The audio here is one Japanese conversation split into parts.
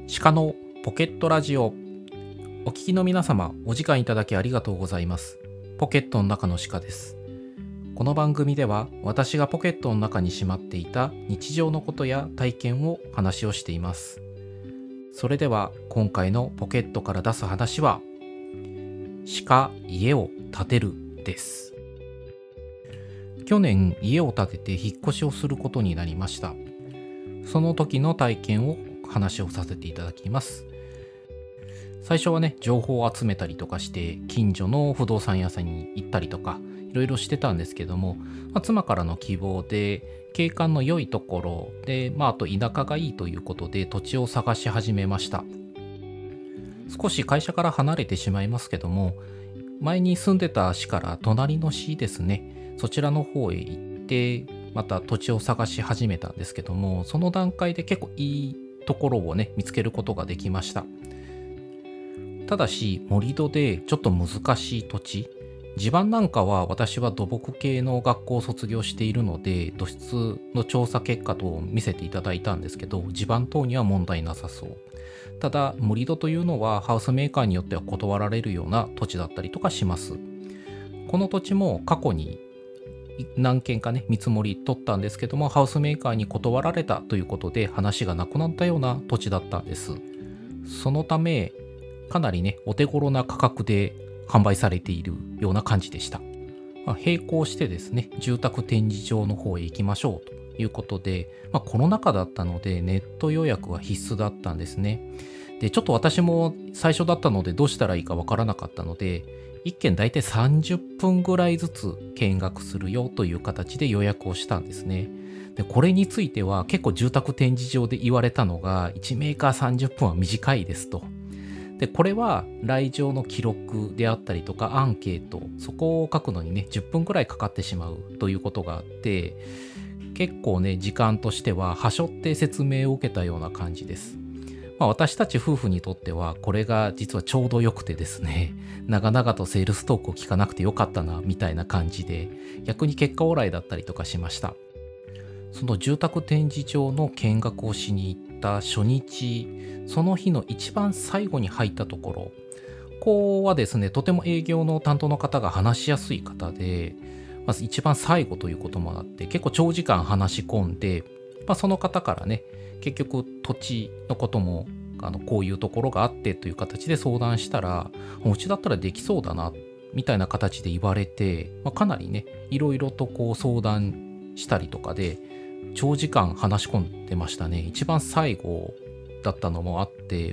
鹿のポケットラジオ。お聞きの皆様、お時間いただきありがとうございます。ポケットの中の鹿です。この番組では、私がポケットの中にしまっていた日常のことや体験を話をしています。それでは今回のポケットから出す話は、鹿家を建てるです。去年家を建てて引っ越しをすることになりました。その時の体験を話をさせていただきます。最初はね、情報を集めたりとかして近所の不動産屋さんに行ったりとかいろいろしてたんですけども、妻からの希望で景観の良いところで、あと田舎がいいということで土地を探し始めました。少し会社から離れてしまいますけども、前に住んでた市から隣の市ですね、そちらの方へ行ってまた土地を探し始めたんですけども、その段階で結構いいところをね見つけることができました。ただし盛り土でちょっと難しい土地、地盤なんかは私は土木系の学校を卒業しているので土質の調査結果等を見せていただいたんですけど、地盤等には問題なさそう。ただ盛り土というのはハウスメーカーによっては断られるような土地だったりとかします。この土地も過去に何件かね見積もり取ったんですけども、ハウスメーカーに断られたということで話がなくなったような土地だったんです。そのためかなりねお手頃な価格で販売されているような感じでした。並行してですね、住宅展示場の方へ行きましょうということで、コロナ禍だったのでネット予約は必須だったんですね。でちょっと私も最初だったのでどうしたらいいかわからなかったので、1件大体30分ぐらいずつ見学するよという形で予約をしたんですね。でこれについては結構住宅展示場で言われたのが、1メーカー30分は短いですと。でこれは来場の記録であったりとかアンケート、そこを書くのにね10分くらいかかってしまうということがあって、結構ね時間としてははしょって説明を受けたような感じです。私たち夫婦にとってはこれが実はちょうど良くてですね、長々とセールストークを聞かなくてよかったなみたいな感じで、逆に結果オーライだったりとかしました。その住宅展示場の見学をしに行った初日、その日の一番最後に入ったところ、ここはですねとても営業の担当の方が話しやすい方で、まず一番最後ということもあって結構長時間話し込んで、その方からね結局土地のこともこういうところがあってという形で相談したら、うちだったらできそうだなみたいな形で言われて、かなりねいろいろとこう相談したりとかで長時間話し込んでましたね。一番最後だったのもあって、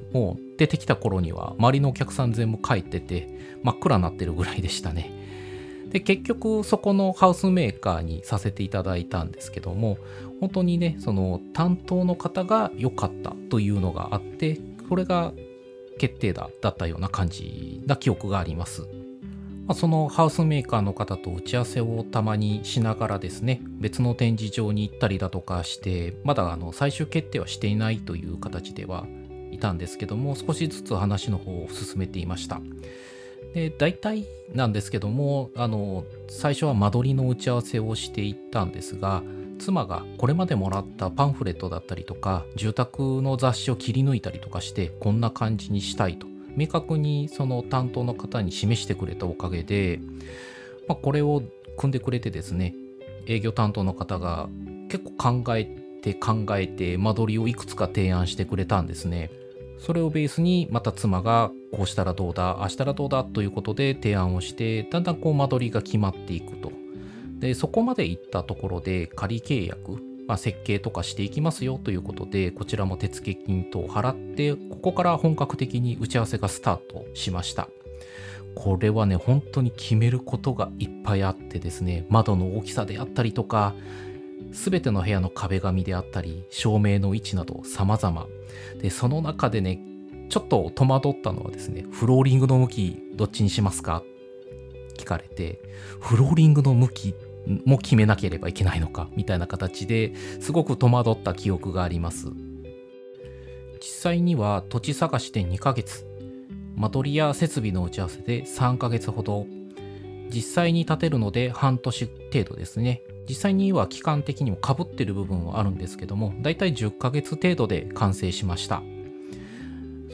もう出てきた頃には周りのお客さん全部帰ってて真っ暗になってるぐらいでしたね。で結局そこのハウスメーカーにさせていただいたんですけども、本当にねその担当の方が良かったというのがあって、これが決定打だったような感じな記憶があります。そのハウスメーカーの方と打ち合わせをたまにしながらですね、別の展示場に行ったりだとかして、まだ最終決定はしていないという形ではいたんですけども、少しずつ話の方を進めていました。で大体なんですけども、最初は間取りの打ち合わせをしていったんですが、妻がこれまでもらったパンフレットだったりとか住宅の雑誌を切り抜いたりとかして、こんな感じにしたいと明確にその担当の方に示してくれたおかげで、これを組んでくれてですね、営業担当の方が結構考えて間取りをいくつか提案してくれたんですね。それをベースにまた妻がこうしたらどうだ、ああしたらどうだということで提案をして、だんだんこう間取りが決まっていくと。でそこまでいったところで仮契約、設計とかしていきますよということで、こちらも手付金等を払って、ここから本格的に打ち合わせがスタートしました。これはね本当に決めることがいっぱいあってですね、窓の大きさであったりとか、全ての部屋の壁紙であったり照明の位置など様々で、その中でねちょっと戸惑ったのはですね、フローリングの向きどっちにしますか聞かれて、フローリングの向きも決めなければいけないのかみたいな形ですごく戸惑った記憶があります。実際には土地探しで2ヶ月、間取りや設備の打ち合わせで3ヶ月ほど、実際に建てるので半年程度ですね。実際には期間的にも被ってる部分はあるんですけども、だいたい10ヶ月程度で完成しました。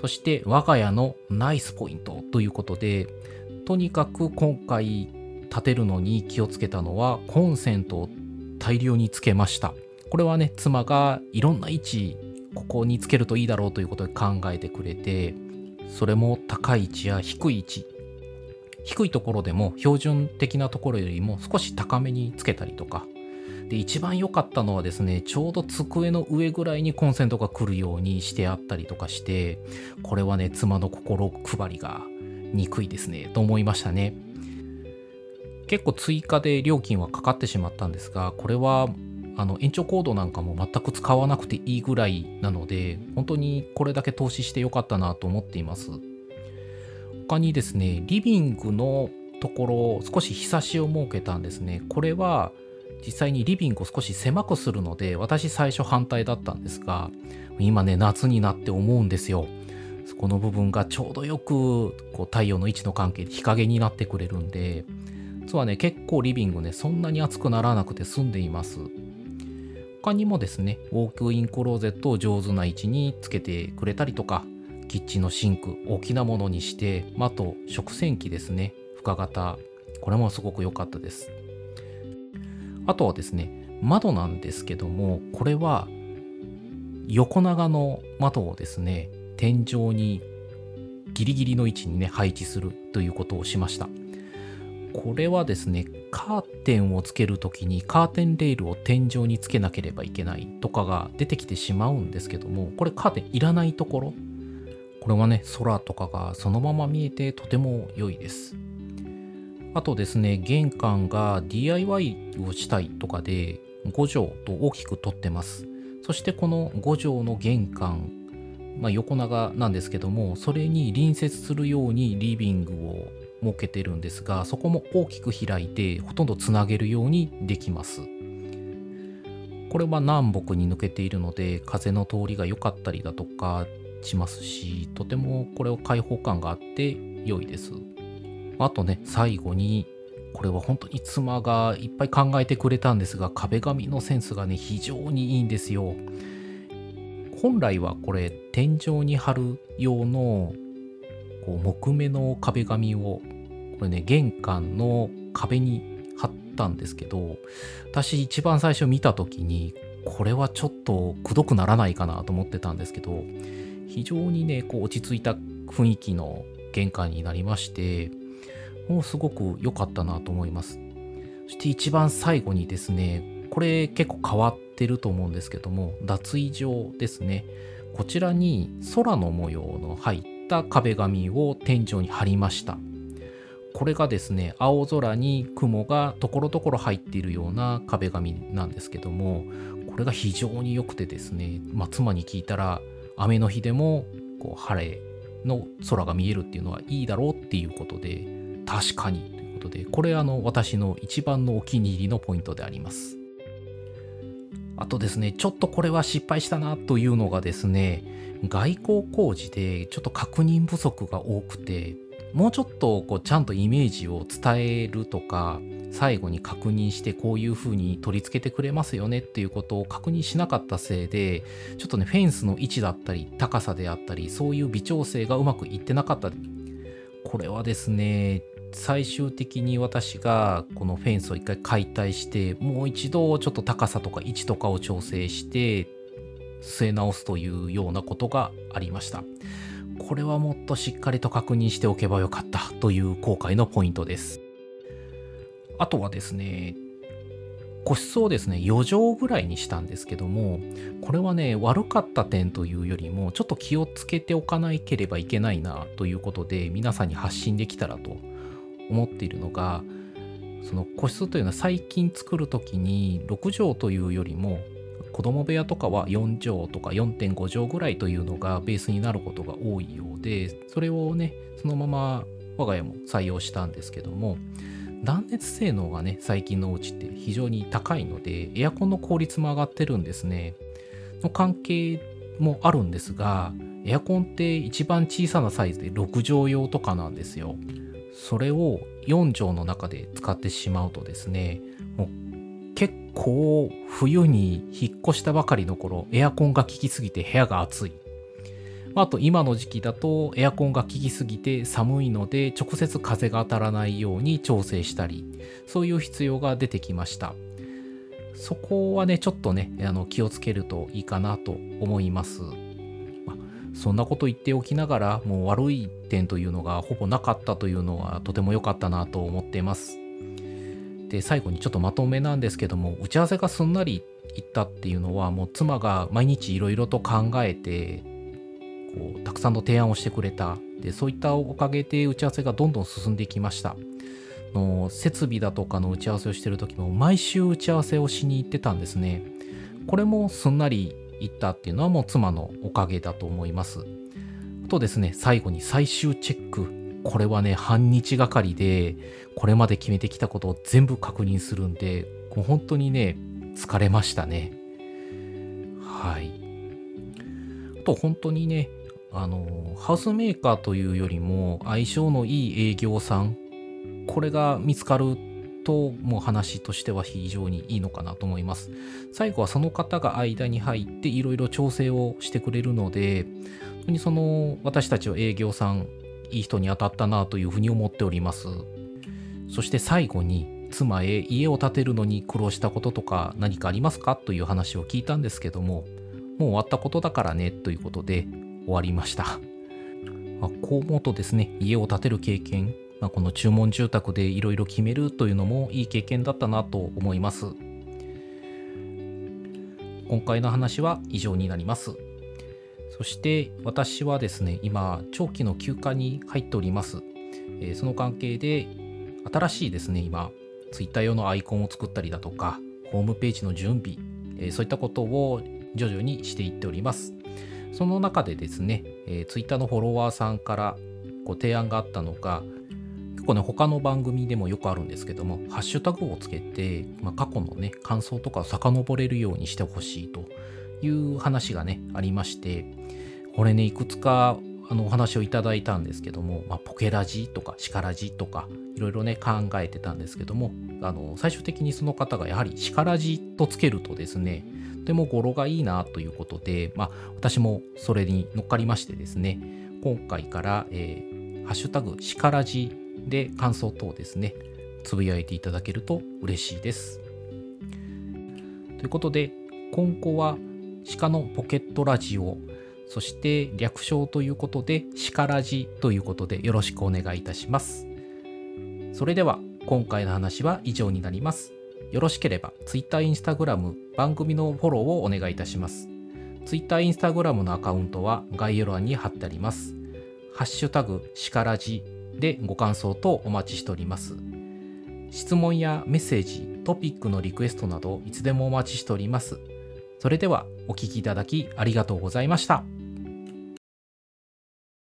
そして我が家のナイスポイントということで、とにかく今回立てるのに気をつけたのはコンセントを大量につけました。これはね、妻がいろんな位置、ここにつけるといいだろうということで考えてくれて、それも高い位置や低い位置、低いところでも標準的なところよりも少し高めにつけたりとかで、一番良かったのはですね、ちょうど机の上ぐらいにコンセントが来るようにしてあったりとかして、これはね、妻の心配りが憎いですねと思いましたね。結構追加で料金はかかってしまったんですが、これは延長コードなんかも全く使わなくていいぐらいなので、本当にこれだけ投資してよかったなと思っています。他にですね、リビングのところ少し日差しを設けたんですね。これは実際にリビングを少し狭くするので、私最初反対だったんですが、今ね、夏になって思うんですよ。この部分がちょうどよく太陽の位置の関係で日陰になってくれるんで、実はね、結構リビングね、そんなに暑くならなくて済んでいます。他にもですね、ウォークインクローゼットを上手な位置につけてくれたりとか、キッチンのシンク大きなものにして、あと食洗機ですね、深型、これもすごく良かったです。あとはですね、窓なんですけども、これは横長の窓をですね、天井にギリギリの位置にね、配置するということをしました。これはですね、カーテンをつけるときにカーテンレールを天井につけなければいけないとかが出てきてしまうんですけども、これカーテンいらないところ、これはね、空とかがそのまま見えてとても良いです。あとですね、玄関が DIY をしたいとかで5畳と大きく取ってます。そしてこの5畳の玄関、横長なんですけども、それに隣接するようにリビングを設けてるんですが、そこも大きく開いてほとんどつなげるようにできます。これは南北に抜けているので風の通りが良かったりだとかしますし、とてもこれは開放感があって良いです。あとね、最後にこれは本当に妻がいっぱい考えてくれたんですが、壁紙のセンスがね、非常にいいんですよ。本来はこれ天井に貼る用の木目の壁紙をこれね、玄関の壁に貼ったんですけど、私一番最初見た時にこれはちょっとくどくならないかなと思ってたんですけど、非常にね、落ち着いた雰囲気の玄関になりまして、もうすごく良かったなと思います。そして一番最後にですね、これ結構変わってると思うんですけども、脱衣所ですね。こちらに空の模様の入った壁紙を天井に貼りました。これがですね、青空に雲がところどころ入っているような壁紙なんですけども、これが非常に良くてですね、妻に聞いたら、雨の日でも晴れの空が見えるっていうのはいいだろうっていうことで、確かにということで、これ私の一番のお気に入りのポイントであります。あとですね、ちょっとこれは失敗したなというのがですね、外構工事でちょっと確認不足が多くて、もうちょっとちゃんとイメージを伝えるとか、最後に確認してこういう風に取り付けてくれますよねっていうことを確認しなかったせいで、ちょっとね、フェンスの位置だったり高さであったり、そういう微調整がうまくいってなかった。これはですね、最終的に私がこのフェンスを一回解体して、もう一度ちょっと高さとか位置とかを調整して据え直すというようなことがありました。これはもっとしっかりと確認しておけばよかったという後悔のポイントです。あとはですね、個室をですね、4畳ぐらいにしたんですけども、これはね、悪かった点というよりも、ちょっと気をつけておかなければいけないなということで、皆さんに発信できたらと思っているのが、その個室というのは最近作るときに6畳というよりも、子供部屋とかは4畳とか 4.5 畳ぐらいというのがベースになることが多いようで、それをね、そのまま我が家も採用したんですけども、断熱性能がね、最近のお家って非常に高いので、エアコンの効率も上がってるんですね。の関係もあるんですが、エアコンって一番小さなサイズで6畳用とかなんですよ。それを4畳の中で使ってしまうとですね、もう結構冬に引っ越したばかりの頃、エアコンが効きすぎて部屋が暑い。 あと今の時期だとエアコンが効きすぎて寒いので直接風が当たらないように調整したり、そういう必要が出てきました。そこはねちょっとね気をつけるといいかなと思います。そんなこと言っておきながらもう悪い点というのがほぼなかったというのはとても良かったなと思っています。で最後にちょっとまとめなんですけども、打ち合わせがすんなりいったっていうのはもう妻が毎日いろいろと考えてこうたくさんの提案をしてくれた。でそういったおかげで打ち合わせがどんどん進んでいきました。設備だとかの打ち合わせをしている時も毎週打ち合わせをしに行ってたんですね。これもすんなりいったっていうのはもう妻のおかげだと思います。あとですね、最後に最終チェック。これはね半日がかりでこれまで決めてきたことを全部確認するんで、もう本当にね疲れましたね。はい。あと本当にねハウスメーカーというよりも相性のいい営業さん、これが見つかるともう話としては非常にいいのかなと思います。最後はその方が間に入っていろいろ調整をしてくれるので、本当にその私たちは営業さんいい人に当たったなというふうに思っております。そして最後に妻へ家を建てるのに苦労したこととか何かありますかという話を聞いたんですけども、もう終わったことだからねということで終わりました。こう思うとですね、家を建てる経験、この注文住宅でいろいろ決めるというのもいい経験だったなと思います。今回の話は以上になります。そして私はですね、今長期の休暇に入っております。その関係で新しいですね、今 Twitter 用のアイコンを作ったりだとかホームページの準備、そういったことを徐々にしていっております。その中でですね、Twitter のフォロワーさんからご提案があったのが、結構ね他の番組でもよくあるんですけども、ハッシュタグをつけて、過去のね感想とかを遡れるようにしてほしいという話がねありまして、これねいくつかお話をいただいたんですけども、ポケラジとかシカラジとかいろいろね考えてたんですけども、最終的にその方がやはりシカラジとつけるとですね、とても語呂がいいなということで、私もそれに乗っかりましてですね、今回から、ハッシュタグシカラジで感想等ですねつぶやいていただけると嬉しいです。ということで今後は鹿のポケットラジオ、そして略称ということで鹿ラジということでよろしくお願いいたします。それでは今回の話は以上になります。よろしければ Twitter、Instagram 番組のフォローをお願いいたします。Twitter、Instagram のアカウントは概要欄に貼ってあります。ハッシュタグシカラジでご感想等お待ちしております。質問やメッセージ、トピックのリクエストなどいつでもお待ちしております。それではお聞きいただきありがとうございました。